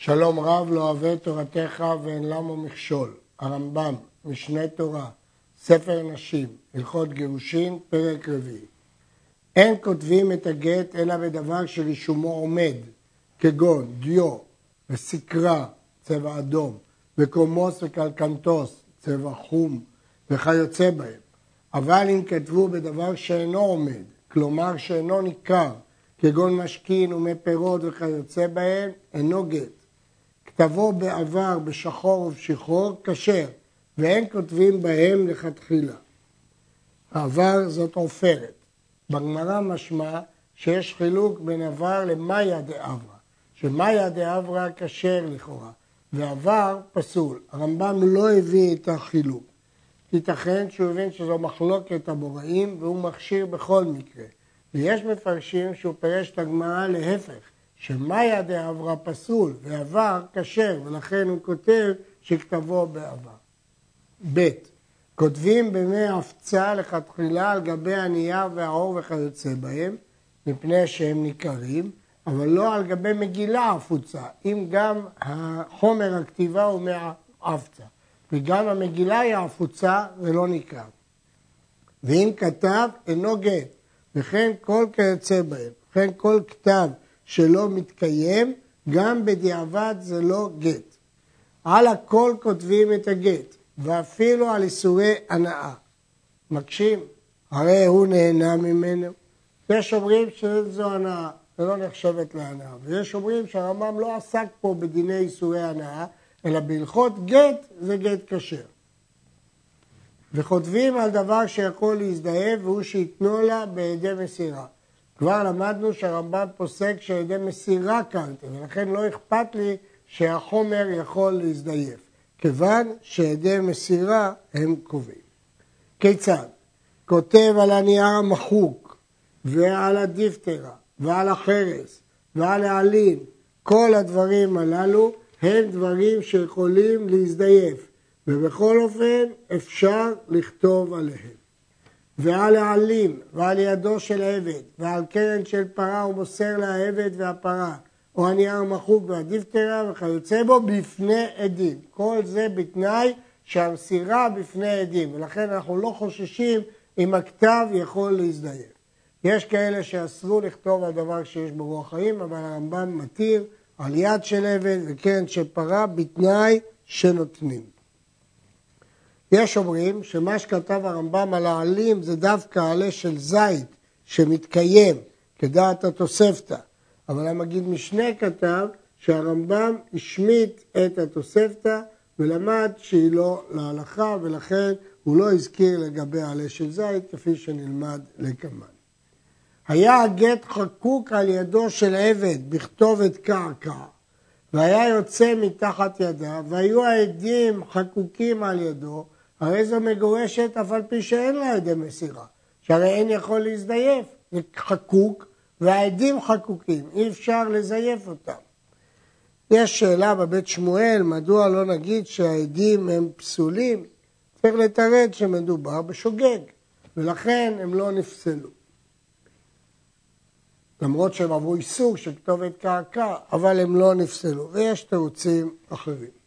שלום רב לא אוהב תורתך ואין למו מכשול. הרמב"ם, משנה תורה, ספר נשים, הלכות גירושין, פרק רביעי. אין כותבים את הגט אלא בדבר שרישומו עומד, כגון דיו וסקרה, צבע אדום, וקומוס וקלקנטוס, צבע חום, וכיוצא בהם. אבל אם כתבו בדבר שאינו עומד, כלומר שאינו ניכר, כגון משכין ומי פירות וכיוצא בהם, אינו גט. כתבו בעבר בשחור ובשחור כשר, ואין כותבים בהם לכתחילה. העבר זאת עופרת. בגמרא משמע שיש חילוק בין עבר למאיה דעברה, שמאיה דעברה כשר לכאורה, ועבר פסול. הרמב"ם לא הביא את החילוק. ייתכן שהוא הבין שזו מחלוקת המוראים והוא מכשיר בכל מקרה. ויש מפרשים שהוא פירש את הגמרא להפך, שמאיה דעברה פסול ועבר כשר, ולכן הוא כותב שכתבו בעבר. ב' כותבים במי הפצה לכתחילה על גבי הנייר והעור וכיוצא בהם, מפני שהם ניכרים, אבל לא על גבי מגילה הפוצה, אם גם החומר הכתיבה הוא מההפצה, וגם המגילה היא הפוצה ולא ניכר. ואם כתב אינו גט, וכן כל כיוצא בהם, וכן כל כתב שלא מתקיים, גם בדיעבד זה לא גט. על הכל כותבים את הגט, ואפילו על איסורי הנאה. מקשים, הרי הוא נהנה ממנו. יש אומרים שזו הנאה, זה לא נחשבת להנאה. ויש אומרים שהרמב"ם לא עסק פה בדיני איסורי הנאה, אלא בהלכות גט זה גט כשר. וכותבים על דבר שיכול להזדהב, והוא שיתנו לה בידי מסירה. כבר למדנו שהרמב"ם פוסק שידי מסירה קנטה, ולכן לא אכפת לי שהחומר יכול להזדייף, כיוון שידי מסירה הם קובעים. כיצד? כותב על הנייר המחוק, ועל הדיפטרה, ועל החרס, ועל העלים, כל הדברים הללו הם דברים שיכולים להזדייף, ובכל אופן אפשר לכתוב עליהם. ועל העלים, ועל ידו של העבד, ועל קרן של פרה הוא מוסר לה העבד והפרה, או הנייר המחוק והדיפטרה וכיוצא בו בפני עדים. כל זה בתנאי שהמסירה בפני עדים, ולכן אנחנו לא חוששים אם הכתב יכול להזדייף. יש כאלה שאסרו לכתוב על דבר שיש בו רוח חיים, אבל הרמב"ם מתיר על יד של עבד וקרן של פרה בתנאי שנותנים. יש אומרים שמה שכתב הרמב"ם על העלים זה דווקא עלה של זית שמתקיים כדעת התוספתא. אבל המגיד משנה כתב שהרמב"ם השמיט את התוספתא ולמד שהיא לא להלכה, ולכן הוא לא הזכיר לגבי עלה של זית כפי שנלמד לקמן. היה הגט חקוק על ידו של עבד בכתובת קעקע, והיה יוצא מתחת ידיו, והיו העדים חקוקים על ידו, הרי זו מגורשת אף על פי שאין לה עדי מסירה, שהרי אין יכול להזדייף, זה חקוק והעדים חקוקים, אי אפשר לזייף אותם. יש שאלה בבית שמואל, מדוע לא נגיד שהעדים הם פסולים? צריך לתרד שמדובר בשוגג, ולכן הם לא נפסלו. למרות שהם עברו איסור של כתובת קעקע, אבל הם לא נפסלו, ויש תירוצים אחרים.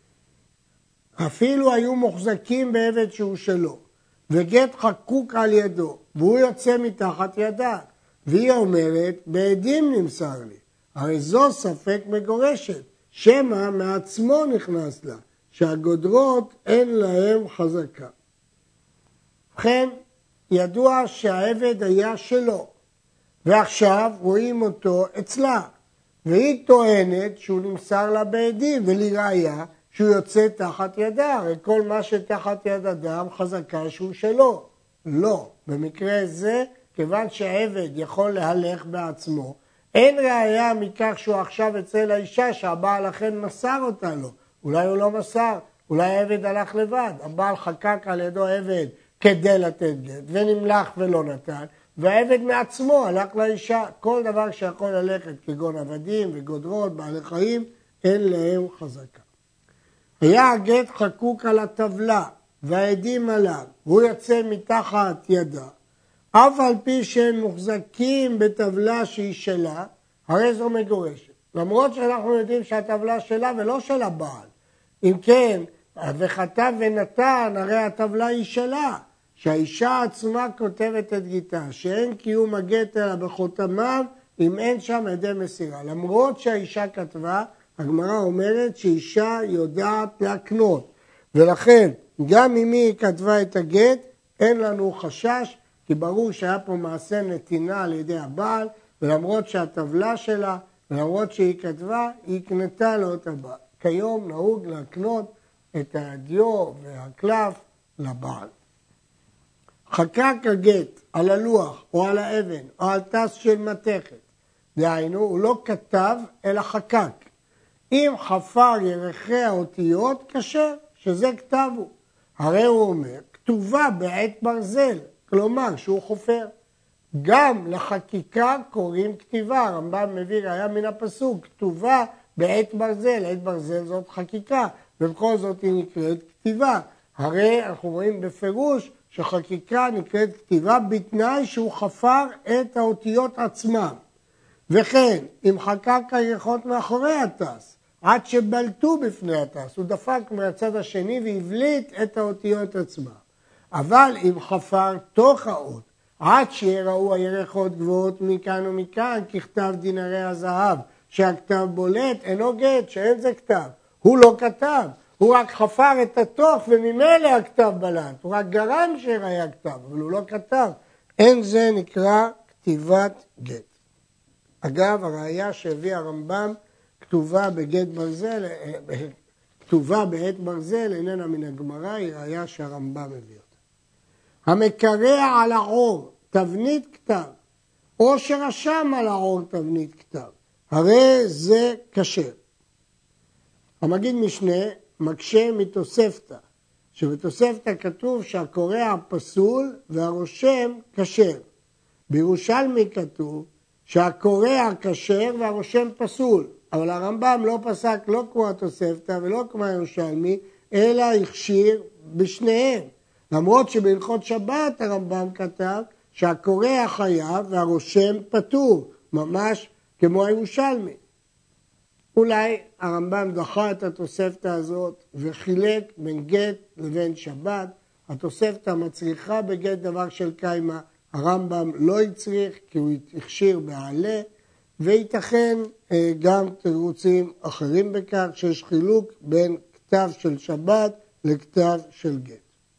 אפילו היו מוחזקים בעבד שהוא שלו, וגט חקוק על ידו, והוא יוצא מתחת ידה, והיא אומרת, בעדים נמסר לי, הרי זו ספק מגורשת, שמא מעצמו נכנס לה, שהגודרות אין להם חזקה. ובכן, ידוע שהעבד היה שלו, ועכשיו רואים אותו אצלה, והיא טוענת שהוא נמסר לה בעדים, ולראיה שהוא יוצא תחת ידה, הרי כל מה שתחת יד אדם חזקה שהוא שלו. לא, במקרה זה, כיוון שהעבד יכול להלך בעצמו, אין ראיה מכך שהוא עכשיו אצל האישה שהבעל אכן מסר אותה לו. אולי הוא לא מסר, אולי העבד הלך לבד, הבעל חקק על ידו עבד כדי לתת גט, ונמלך ולא נתן, והעבד מעצמו הלך לאישה. כל דבר שיכול ללכת כגון עבדים וגודרות, בעלי חיים, אין להם חזקה. היה הגט חקוק על הטבלה והעדים עליו, והוא יוצא מתחת ידה, אף על פי שהם מוחזקים בטבלה שהיא שלה, הרי זו מגורשת. למרות שאנחנו יודעים שהטבלה שלה ולא של הבעל. אם כן, וכתב ונתן, הרי הטבלה היא שלה, שהאישה עצמה כותבת את גיתה, שאין קיום הגט אלא בחותמיו, אם אין שם עדי מסירה. למרות שהאישה כתבה, הגמרא אומרת שאישה יודעת להקנות, ולכן גם אם היא כתבה את הגט, אין לנו חשש, כי ברור שהיה פה מעשה נתינה על ידי הבעל, ולמרות שהטבלה שלה, ולמרות שהיא כתבה, היא הקנתה לו את הבעל. כיום נהוג להקנות את הדיו והקלף לבעל. חקק הגט על הלוח או על האבן או על תס של מתכת, דהיינו, הוא לא כתב אלא חקק. אם חפר ירחי האותיות, כשר, שזה כתב הוא. הרי הוא אומר, כתובה בעת ברזל, כלומר שהוא חופר. גם לחקיקה קוראים כתיבה, הרמב"ם מביא ראיה מן הפסוק, כתובה בעת ברזל, עת ברזל זאת חקיקה, ובכל זאת היא נקראת כתיבה. הרי אנחנו רואים בפירוש שחקיקה נקראת כתיבה בתנאי שהוא חפר את האותיות עצמם. וכן, אם חקק הירחות מאחורי התס, עד שבלטו בפני התס, הוא דפק מהצד השני והבליט את האותיות עצמם. אבל אם חפר תוך האות, עד שיראו הירחות גבוהות מכאן ומכאן, ככתב דינרי הזהב, שהכתב בולט, אינו גט, שאין זה כתב. הוא לא כתב, הוא רק חפר את התוך וממילא הכתב בלט. הוא רק גרם שיראה הכתב, אבל הוא לא כתב. אין זה נקרא כתיבת גט. אגב, הראיה שהביא הרמב"ם, כתובה בגט ברזל, כתובה בעת ברזל, איננה מן הגמרא, היא ראיה שהרמב"ם הביא אותה. המקרע על העור, תבנית כתב, או שרשם על העור תבנית כתב, הרי זה כשר. המגיד משנה מקשה מתוספתא, שבתוספתא כתוב שהקורע פסול והרושם כשר. בירושלמי כתוב שהקורע כשר והרושם פסול, אבל הרמב"ם לא פסק לא כמו התוספתא ולא כמו הירושלמי, אלא הכשיר בשניהם. למרות שבהלכות שבת הרמב"ם כתב שהקורע חייב והרושם פטור, ממש כמו הירושלמי. אולי הרמב"ם דחה את התוספתא הזאת וחילק בין גט לבין שבת. התוספתא מצריכה בגט דבר של קיימא, הרמב"ם לא הצריך כי הוא הכשיר בעלה, וייתכן גם תירוצים אחרים בכך שיש חילוק בין כתב של שבת לכתב של גט.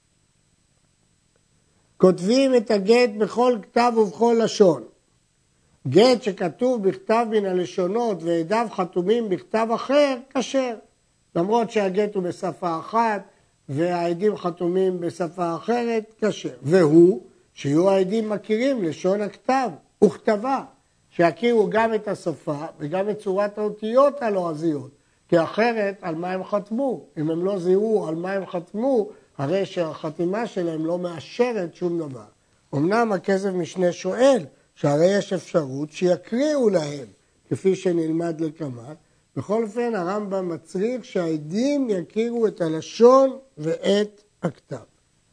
כותבים את הגט בכל כתב ובכל לשון. גט שכתוב בכתב מן הלשונות ועדיו חתומים בכתב אחר, כשר. למרות שהגט הוא בשפה אחת והעדים חתומים בשפה אחרת, כשר. והוא שיהיו העדים מכירים לשון הכתב וכתבה, שיכירו גם את השפה וגם את צורת האותיות הלועזיות, כי אחרת על מה הם חתמו? אם הם לא זיהו על מה הם חתמו, הרי שהחתימה שלהם לא מאשרת שום דבר. אמנם הכסף משנה שואל, שהרי יש אפשרות שיקריאו להם, כפי שנלמד לקמאת. בכל אופן הרמב"ם מצריך שהעדים יכירו את הלשון ואת הכתב.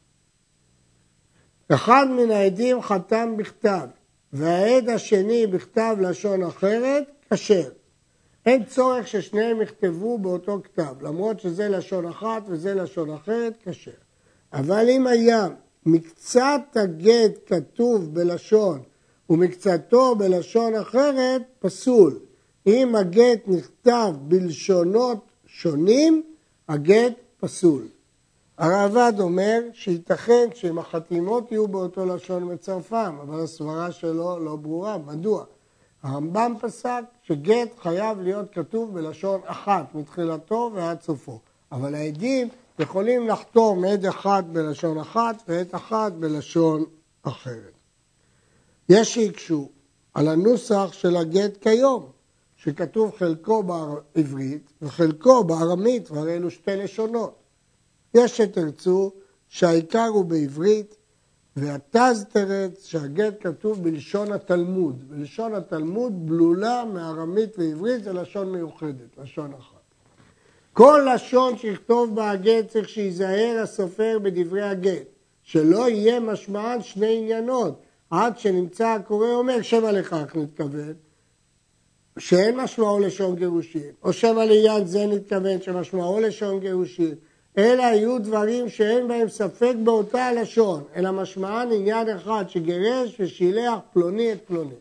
אחד מן העדים חתם בכתב, והעד השני בכתב לשון אחרת, כשר. אין צורך ששניהם יכתבו באותו כתב, למרות שזה לשון אחת וזה לשון אחרת, כשר. אבל אם היה מקצת הגט כתוב בלשון, ומקצתו בלשון אחרת, פסול. אם הגט נכתב בלשונות שונים, הגט פסול. הרעב"ד אומר שייתכן שאם החתימות יהיו באותו לשון מצרפם, אבל הסברה שלו לא ברורה. מדוע? הרמב"ם פסק שגט חייב להיות כתוב בלשון אחת, מתחילתו ועד סופו. אבל העדים יכולים לחתום עד אחד בלשון אחת ועד אחד בלשון אחרת. יש שיקשו על הנוסח של הגט כיום, שכתוב חלקו בעברית וחלקו בארמית, והרי אלו שתי לשונות. יש שתרצו שהעיקר הוא בעברית, והתז תרץ שהגט כתוב בלשון התלמוד. בלשון התלמוד בלולה מארמית ועברית, זה לשון מיוחדת, לשון אחת. כל לשון שיכתוב בה הגט צריך שיזהר הסופר בדברי הגט, שלא יהיה משמען שני עניינות, עד שנמצא הקורא אומר, שמה לכך נתכוון, שאין משמעו לשון גירושין, או שמא לעניין זה נתכוון שמשמעו לשון גירושין, אלא היו דברים שאין בהם ספק באותה הלשון, אלא משמען עניין אחד שגירש ושילח פלוני את פלוני.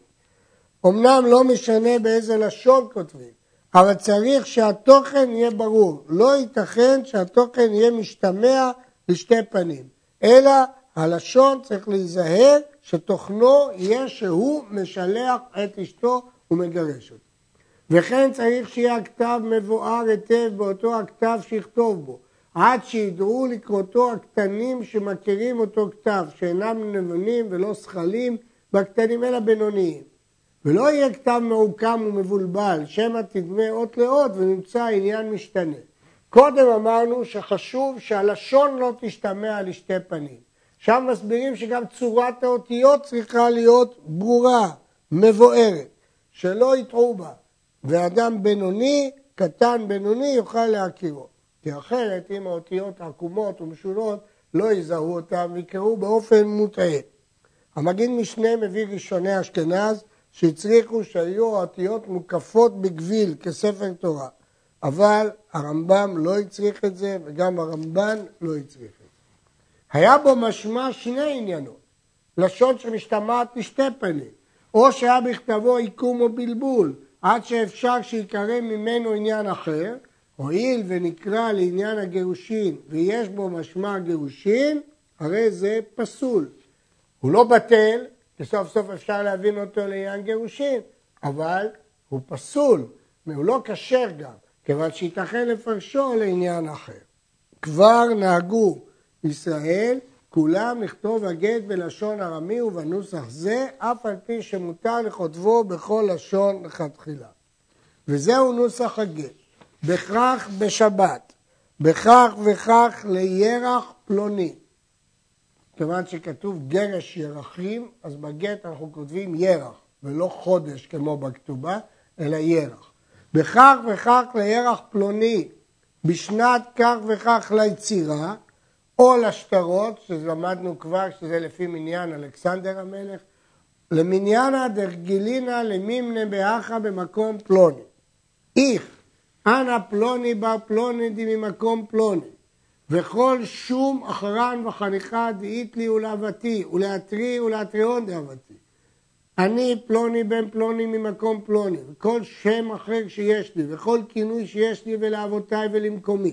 אמנם לא משנה באיזה לשון כותבים, אבל צריך שהתוכן יהיה ברור. לא ייתכן שהתוכן יהיה משתמע לשתי פנים, אלא הלשון צריך להיזהר שתוכנו יהיה שהוא משלח את אשתו ומגרש אותה. וכן צריך שיהיה הכתב מבואר היטב באותו הכתב שיכתוב בו, עד שידעו לקרותו הקטנים שמכירים אותו כתב, שאינם נבונים ולא שכלים בקטנים אלא בינוניים. ולא יהיה כתב מעוקם ומבולבל, שמא תדמה אות לאות ונמצא עניין משתנה. קודם אמרנו שחשוב שהלשון לא תשתמע לשתי פנים. שם מסבירים שגם צורת האותיות צריכה להיות ברורה, מבוארת, שלא יטעו בה. ואדם בינוני, קטן בינוני, יוכל להכירו. כי אחרת, אם האותיות עקומות ומשונות, לא יזהו אותם ויקראו באופן מוטעה. המגיד משנה מביא ראשוני אשכנז, שהצריכו שהיו האותיות מוקפות בגביל כספר תורה. אבל הרמב"ם לא הצריך את זה, וגם הרמב"ן לא הצריך את זה. היה בו משמע שני עניינות, לשון שמשתמעת לשתי פנים, או שהיה בכתבו עיקום או בלבול, עד שאפשר שיקרא ממנו עניין אחר, הואיל ונקרא לעניין הגירושין ויש בו משמע גירושין, הרי זה פסול. הוא לא בטל, כי סוף סוף אפשר להבין אותו לעניין גירושין, אבל הוא פסול, הוא לא כשר גם, כיוון שייתכן לפרשו לעניין אחר. כבר נהגו ישראל כולם לכתוב הגט בלשון ארמי ובנוסח זה, אף על פי שמותר לכותבו בכל לשון לכתחילה. וזהו נוסח הגט. בכך בשבת, בכך וכך לירח פלוני. כיוון שכתוב גרש ירחים, אז בגט אנחנו כותבים ירח, ולא חודש כמו בכתובה, אלא ירח. בכך וכך לירח פלוני, בשנת כך וכך ליצירה, או לשטרות, שלמדנו כבר שזה לפי מניין אלכסנדר המלך, למניינה דרגילינה למימנה באחה במקום פלוני. איך, אנא פלוני בר פלוני די ממקום פלוני, וכל שום אחרן וחניכה דאית לי ולאהבתי, ולאתרי ולאתריון דאהבתי. אני פלוני בן פלוני ממקום פלוני, וכל שם אחר שיש לי, וכל כינוי שיש לי ולאבותיי ולמקומי.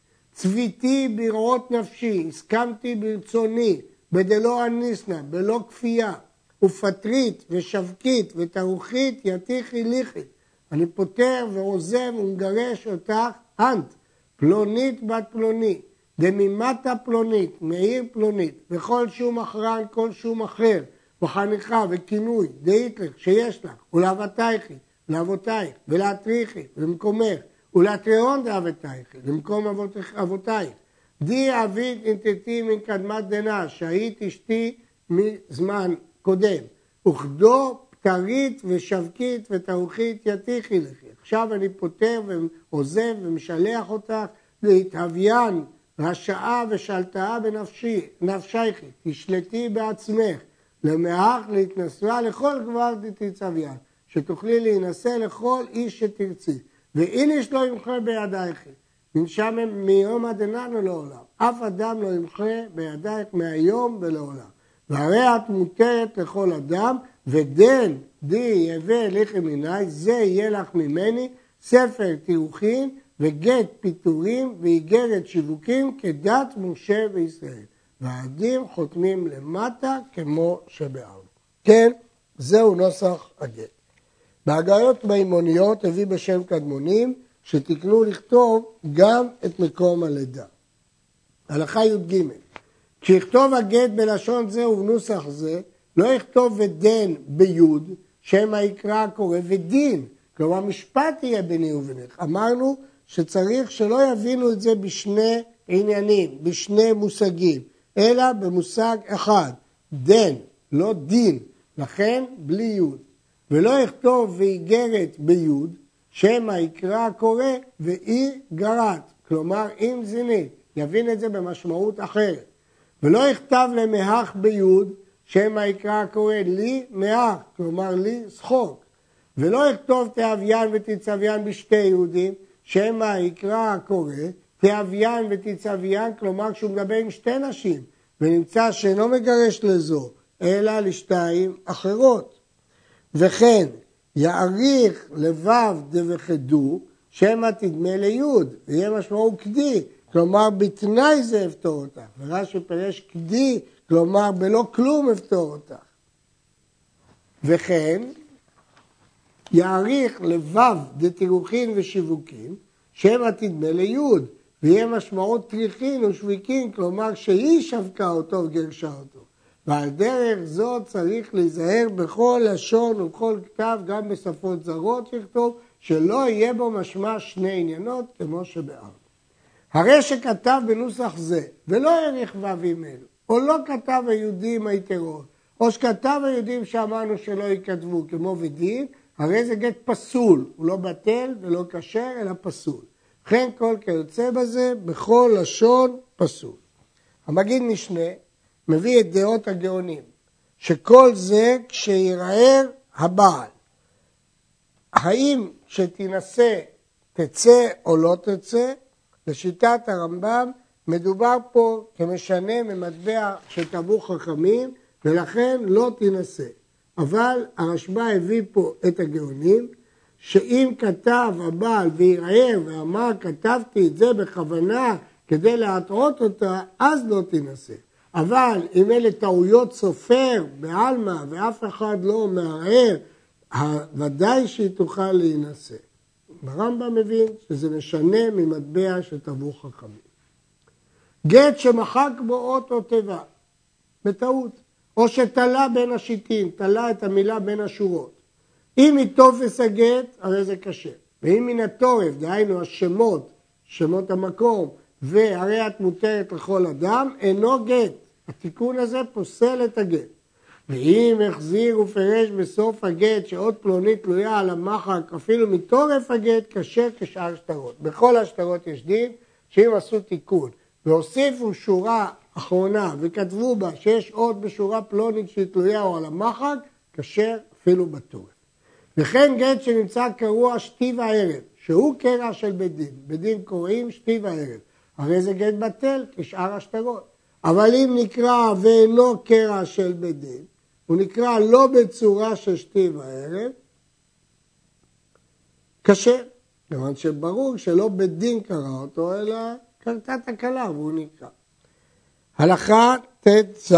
צביתי ברעות נפשי, הסכמתי ברצוני, בדלא אניסנה, בלא כפייה, ופטרית ושבקית ותרוכית יתיכי ליכי. אני פותר ועוזב ומגרש אותך, אנט, פלונית בת פלוני, דמימתה פלונית, מעיר פלונית, וכל שום אחרן, כל שום אחר, וחניכה וכינוי, דאית לך, שיש לך, ולאהבתייכי, לאבותייך, ולאתריכי, למקומך, ולאתריון דאבותייך, למקום אבותייך. די אבית אינטטי מן קדמת דנה, שהיית אשתי מזמן קודם, וכדו פטרית ושבקית ותרוכית יתיכי לכי. עכשיו אני פותר ועוזב ומשלח אותך להתהוויין, רשעה ושלטאה בנפשי, נפשייכי, תשלטי בעצמך, למאך להתנסרה לכל גבר דתצוויין, שתוכלי להינשא לכל איש שתרצי. ואיניש לא ימחה בידייך, נמשם מיום עדננו לעולם. אף אדם לא ימחה בידייך מהיום ולעולם. והרי את מותרת לכל אדם, ודן די יבא לכם עיניי, זה יהיה לך ממני, ספר תירוכין וגט פיטורים ואיגרת שיווקים כדת משה וישראל. והעדים חותמים למטה כמו שבארנו. כן, זהו נוסח הגט. בהגהות מימוניות הביא בשם קדמונים שתקנו לכתוב גם את מקום הלידה. הלכה י"ג. כשיכתוב הגט בלשון זה ובנוסח זה, לא יכתוב ודן ביוד, שם היקרא קורא ודין. כלומר משפט יהיה ביני ובינך. אמרנו שצריך שלא יבינו את זה בשני עניינים, בשני מושגים, אלא במושג אחד, דן, לא דין, לכן בלי יוד. ולא יכתוב ואיגרת ביוד, שמא יקרא קורא ואי גרת, כלומר אם זינית, יבין את זה במשמעות אחרת. ולא יכתב למהך ביוד, שמא יקרא קורא לי מהך, כלומר לי שחוק. ולא יכתוב תאביין ותצוויין בשתי יהודים, שמא יקרא הקורא תאביין ותצוויין, כלומר שהוא מדבר עם שתי נשים, ונמצא שאינו מגרש לזו, אלא לשתיים אחרות. וכן, יאריך לבב דבחדו, שמא תדמה ליוד, ויהיה משמעו קדי, כלומר בתנאי זה אפתור אותך. ורש"י פירש קדי, כלומר בלא כלום אפתור אותך. וכן, יאריך לבב דתירוכין ושיווקין, שמא תדמה ליוד, ויהיה משמעות טריחין ושוויקין, כלומר שהיא שבקה אותו וגרשה אותו. ועל דרך זאת צריך להיזהר בכל לשון ובכל כתב, גם בשפות זרות שיכתוב, שלא יהיה בו משמע שני עניינות, כמו שבארץ. הרי שכתב בנוסח זה, ולא העריך ו"ים אלו, או לא כתב היהודים היתרות, או שכתב היהודים שאמרנו שלא ייכתבו, כמו ודין, הרי זה גט פסול, הוא לא בטל ולא כשר, אלא פסול. לכן כל כיוצא בזה, בכל לשון פסול. המגיד משנה מביא את דעות הגאונים, שכל זה כשירער הבעל. האם שתנסה תצא או לא תצא, לשיטת הרמב"ם מדובר פה כמשנה ממטבע שטבעו חכמים, ולכן לא תנסה. אבל הרשב"א הביא פה את הגאונים, שאם כתב הבעל וירער ואמר כתבתי את זה בכוונה כדי להטעות אותה, אז לא תנסה. אבל אם אלה טעויות סופר בעלמא ואף אחד לא מערער, ודאי שהיא תוכל להינשא. הרמב"ם מבין שזה משנה ממטבע שטבעו חכמים. גט שמחק בו אות או תיבה, בטעות, או שתלה בין השיטים, תלה את המילה בין השורות. אם מטופס הגט, הרי זה קשה. ואם מן התורף, דהיינו השמות, שמות המקום, והרי את מותרת לכל אדם, אינו גט. התיקון הזה פוסל את הגט. ואם החזיר ופרש בסוף הגט שעוד פלוני תלויה על המחק, אפילו מתורף הגט, קשה כשאר שטרות. בכל השטרות יש דין שאם עשו תיקון והוסיפו שורה אחרונה וכתבו בה שיש עוד בשורה פלונית שהיא תלויה או על המחק, קשה אפילו בתורף. וכן גט שנמצא קרוע שתי וערב, שהוא קרע של בית דין. בית דין קוראים שתי וערב. הרי זה גט בטל כשאר השטרות. אבל אם נקרא ואינו קרע של בית דין, הוא נקרא לא בצורה של שתי וערב, קשה. כיוון שברור שלא בית דין קרא אותו, אלא קרתה תקלה והוא נקרא. הלכה ט"ז.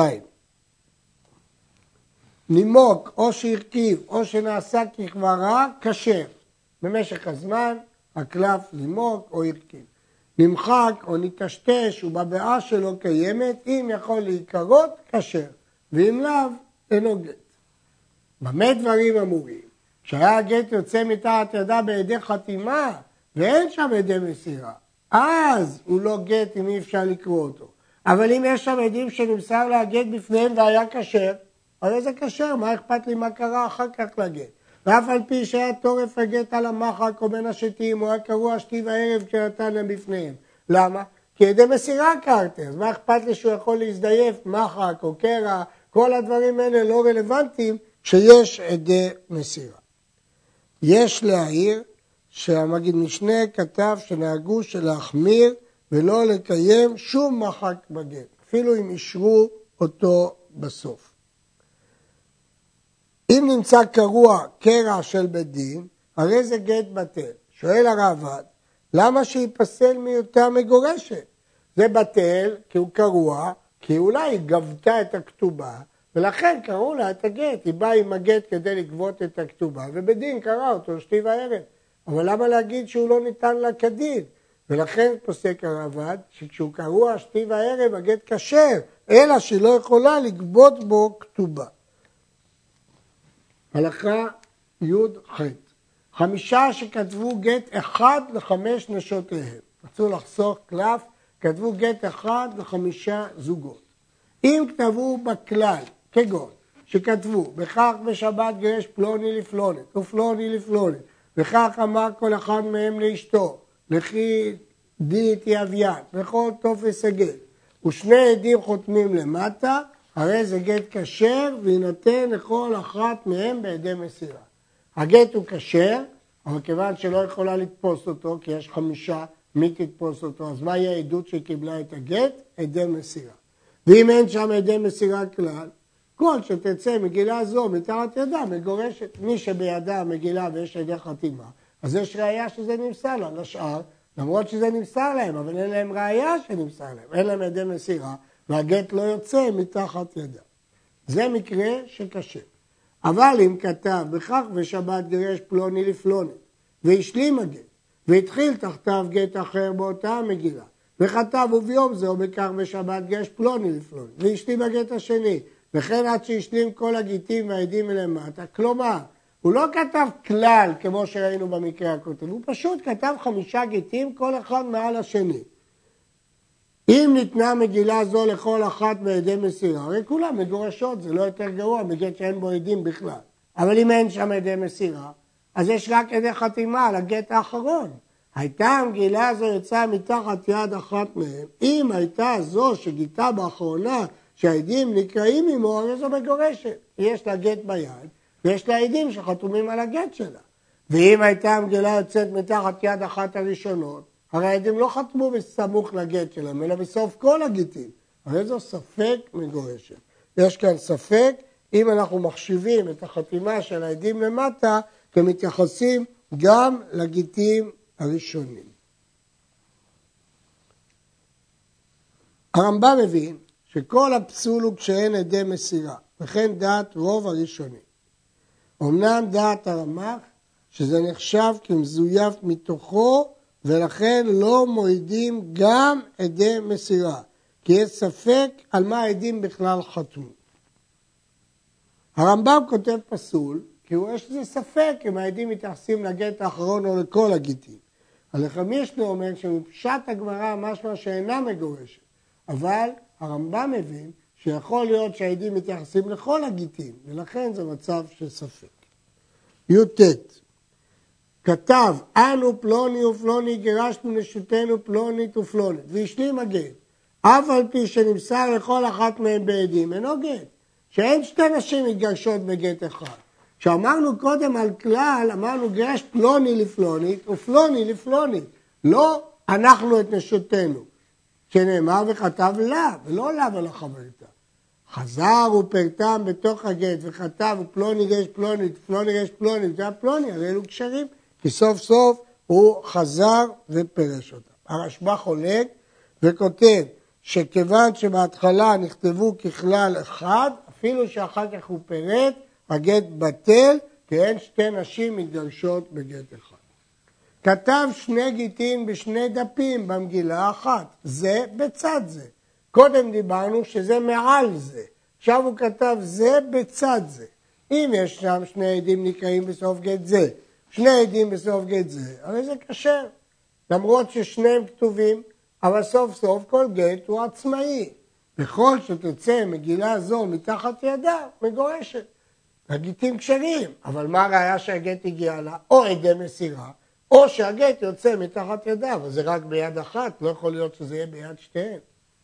נימוק או שהרכיב או שנעשה ככברה, כשר. במשך הזמן הקלף נימוק או הרכיב. נמחק או נטשטש ובבעה שלו קיימת, אם יכול להיקרות, כשר. ואם לאו, אינו גט. במה דברים אמורים? כשהיה הגט יוצא מתחת ידה בידי חתימה, ואין שם ידי מסירה, אז הוא לא גט אם אי אפשר לקרוא אותו. אבל אם יש שם עדים שנמסר להגט בפניהם והיה כשר, הרי זה כשר, מה אכפת לי מה קרה אחר כך לגט? ואף על פי שהיה תורף הגט על המחק או בין השתים, הוא היה קרוע שתי וערב כשנתן להם בפניהם. למה? כי ידי מסירה קרתם, אז מה אכפת לי שהוא יכול להזדייף, מחק או קרע, כל הדברים האלה לא רלוונטיים כשיש עדי מסירה. יש להעיר שהמגיד משנה כתב שנהגו שלהחמיר ולא לקיים שום מחק בגט, אפילו אם אישרו אותו בסוף. אם נמצא קרוע קרע של בית דין, הרי זה גט בטל. שואל הרעב"ד, למה שיפסל מהיותה מגורשת? זה בטל כי הוא קרוע, כי אולי היא גבתה את הכתובה, ולכן קראו לה את הגט. היא באה עם הגט כדי לגבות את הכתובה, ובית דין קרא אותו שתי וערב. אבל למה להגיד שהוא לא ניתן לה כדין? ולכן פוסק הרעב"ד, שכשהוא קרוע שתי וערב, הגט כשר, אלא שהיא לא יכולה לגבות בו כתובה. הלכה י"ח. 5 שכתבו גט אחד ל5 נשותיהם. רצו לחסוך קלף, כתבו גט אחד ל5 זוגות. אם כתבו בכלל, כגון, שכתבו, בכך בשבת גרש פלוני לפלונת, ופלוני לפלונת, וכך אמר כל אחד מהם לאשתו, לכי די תיאביין, וכל טופס הגט, ושני עדים חותמים למטה, הרי זה גט כשר, וינתן לכל אחת מהם בידי מסירה. הגט הוא כשר, אבל כיוון שלא יכולה לתפוס אותו, כי יש 5, מי תתפוס אותו, אז מהי העדות שקיבלה את הגט? עדי מסירה. ואם אין שם עדי מסירה כלל, כל שתצא מגילה זו מתחת ידה מגורשת. מי שבידה מגילה ויש עדי חתימה, אז יש ראייה שזה נמסר לה. לשאר, למרות שזה נמסר להם, אבל אין להם ראייה שנמסר להם. אין להם עדי מסירה, והגט לא יוצא מתחת ידה. זה מקרה שקשה. אבל אם כתב בכך ושבת גירש פלוני לפלוני, והשלים הגט, והתחיל תחתיו גט אחר באותה המגילה, וכתב וביום זה או בכך ושבת גירש פלוני לפלוני, והשלים הגט השני, וכן עד שהשלים כל הגיטים והעדים מלמטה. כלומר, הוא לא כתב כלל כמו שראינו במקרה הקודם, הוא פשוט כתב 5 גיטים, כל אחד מעל השני. אם ניתנה מגילה זו לכל אחת בעדי מסירה, הרי כולם מגורשות, זה לא יותר גרוע, בגט שאין בו עדים בכלל. אבל אם אין שם עדי מסירה, אז יש רק עדי חתימה על הגט האחרון. הייתה המגילה הזו יצאה מתחת יד אחת מהם, אם הייתה זו שגיתה באחרונה שהעדים נקראים עמו, הרי זו מגורשת. יש לה גט ביד, ויש לה עדים שחתומים על הגט שלה. ואם הייתה המגילה יוצאת מתחת יד אחת הראשונות, הרי העדים לא חתמו בסמוך לגט שלהם, אלא בסוף כל הגיטים. הרי זו ספק מגורשת. יש כאן ספק, אם אנחנו מחשיבים את החתימה של העדים למטה, כמתייחסים גם לגיטים הראשונים. הרמב"ם מבין שכל הפסול הוא כשאין עדי מסירה, וכן דעת רוב הראשונים. אמנם דעת הרמ"ח, שזה נחשב כמזויף מתוכו, ולכן לא מועידים גם עדי מסירה, כי יש ספק על מה העדים בכלל חתמו. הרמב"ם כותב פסול, כי יש לזה ספק אם העדים מתייחסים לגט האחרון או לכל הגיטים. הלחם ישנו אומר שמפשט הגמרא משמע שאינה מגורשת, אבל הרמב"ם מבין שיכול להיות שהעדים מתייחסים לכל הגיטים, ולכן זה מצב של ספק. י"ט כתב, אנו פלוני ופלוני גירשנו נשותנו פלונית ופלונית, והשלים הגט. אף על פי שנמסר לכל אחת מהם בעדים, אינו גט. שאין 2 נשים מתגרשות בגט אחד. כשאמרנו קודם על כלל, אמרנו גירש פלוני לפלונית ופלוני לפלונית. לא אנחנו את נשותנו. שנאמר וכתב לה, ולא לה ולחברתה. חזר ופרטם בתוך הגט וכתב ופלוני גירש פלונית, פלוני גירש פלונית, זה הפלוני, הרי אלו קשרים. כי סוף סוף הוא חזר ופרש אותם. הרשב"א חולק וכותב שכיוון שבהתחלה נכתבו ככלל אחד, אפילו שאחר כך הוא פירט, הגט בטל, כי אין 2 נשים מתגרשות בגט אחד. כתב 2 גיטין ב2 דפים במגילה אחת, זה בצד זה. קודם דיברנו שזה מעל זה, עכשיו הוא כתב זה בצד זה. אם יש שם 2 עדים נקראים בסוף גט זה, 2 עדים בסוף גט זה, הרי זה כשר. למרות ששניהם כתובים, אבל סוף סוף כל גט הוא עצמאי. בכל שתצא מגילה זו מתחת ידה, מגורשת. הגיטים כשרים, אבל מה הראיה שהגט הגיע לה? או עדי מסירה, או שהגט יוצא מתחת ידה, אבל זה רק ביד אחת, לא יכול להיות שזה יהיה ביד 2.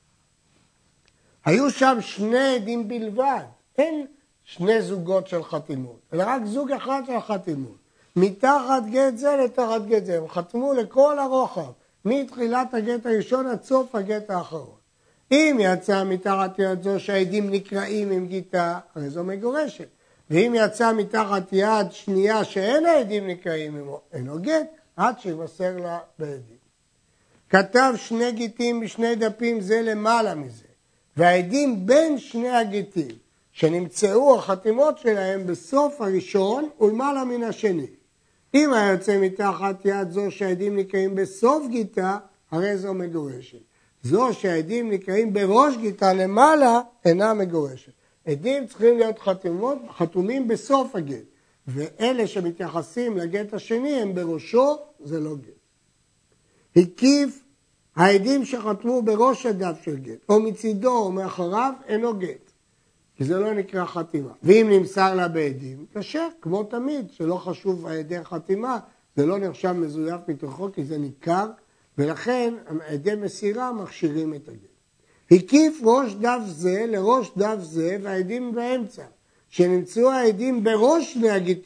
היו שם 2 עדים בלבד, אין 2 זוגות של חתימות, אלא רק זוג אחד של חתימות. מתחת גט זה לתחת גט זה, הם חתמו לכל הרוחב, מתחילת הגט הראשון עד סוף הגט האחרון. אם יצא מתחת יד זו שהעדים נקראים עם גיטה, הרי זו מגורשת. ואם יצא מתחת יד שנייה שאין העדים נקראים עמו, אינו גט, עד שימסר לה בעדים. כתב 2 גיטים ב2 דפים זה למעלה מזה, והעדים בין 2 הגיטים, שנמצאו החתימות שלהם בסוף הראשון ולמעלה מן השני. אם היה יוצא מתחת יד זו שהעדים נקראים בסוף גיטה, הרי זו מגורשת. זו שהעדים נקראים בראש גיטה למעלה, אינה מגורשת. עדים צריכים להיות חתומים בסוף הגט, ואלה שמתייחסים לגט השני הם בראשו, זה לא גט. הקיף העדים שחתמו בראש הדף של גט, או מצידו או מאחריו, אינו גט. כי זה לא נקרא חתימה. ואם נמסר לה בעדים, קשה, כמו תמיד, שלא חשוב העדי חתימה, זה לא נחשב מזויף מתוכו, כי זה ניכר, ולכן עדי מסירה מכשירים את הגט. הקיף ראש דף זה לראש דף זה, והעדים באמצע. שנמצאו העדים בראש 2 הגיטים,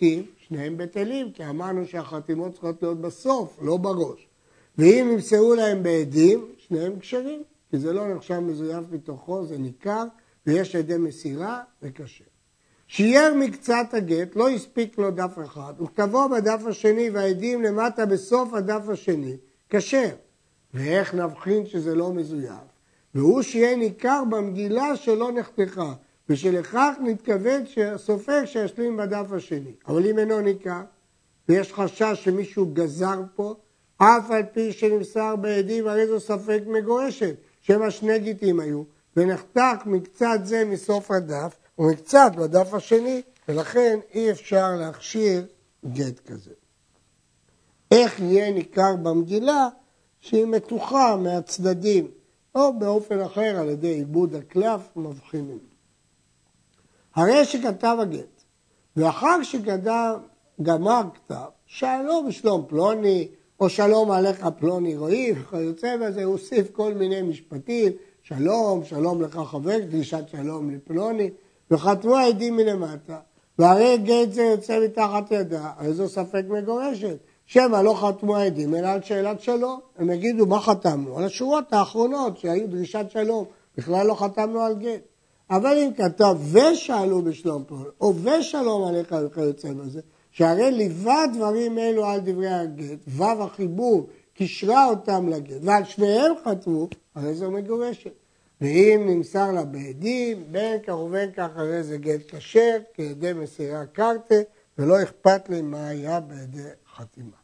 שניהם בטלים, כי אמרנו שהחתימות צריכות להיות בסוף, לא בראש. ואם נמסרו להם בעדים, שניהם כשרים, כי זה לא נחשב מזויף מתוכו, זה ניכר, ויש עדי מסירה וכשר. שייר מקצת הגט, לא הספיק לו דף אחד, וכתבו בדף השני והעדים למטה בסוף הדף השני, כשר. ואיך נבחין שזה לא מזויף? והוא שיהיה ניכר במגילה שלא נחתכה, ושלכך נתכוון שהסופר שישלים בדף השני. אבל אם אינו ניכר, ויש חשש שמישהו גזר פה, אף על פי שנמסר בעדים, הרי זו ספק מגורשת, שמה שני גיטים היו, ונחתך מקצת זה מסוף הדף, ומקצת בדף השני, ולכן אי אפשר להכשיר גט כזה. איך יהיה ניכר במגילה שהיא מתוחה מהצדדים, או באופן אחר על ידי עיבוד הקלף מבחינים. הרי שכתב הגט, ואחר שגמר כתב, שאלו בשלום פלוני, או שלום עליך פלוני רואי, וכיוצא בזה הוא הוסיף כל מיני משפטים, שלום, שלום לך חבר, דרישת שלום לפלוני, וחתמו העדים מלמטה, והרי גט זה יוצא מתחת ידה, הרי זו ספק מגורשת, שמא לא חתמו העדים, אלא על שאלת שלום, הם יגידו מה חתמנו? על השורות האחרונות שהיו דרישת שלום, בכלל לא חתמנו על גט. אבל אם כתב ושאלו בשלום פלוני, או ושלום עליך וכיוצא בזה, שהרי ליווה דברים אלו על דברי הגט, וו החיבור קישרה אותם לגט, ועל שניהם חתמו, הרי זו מגורשת. ואם נמסר לה בעדים, בין כך ובין כך הרי זה גט כשר, כעדי מסירה קרתה, ולא אכפת לי מה היה בעדי חתימה.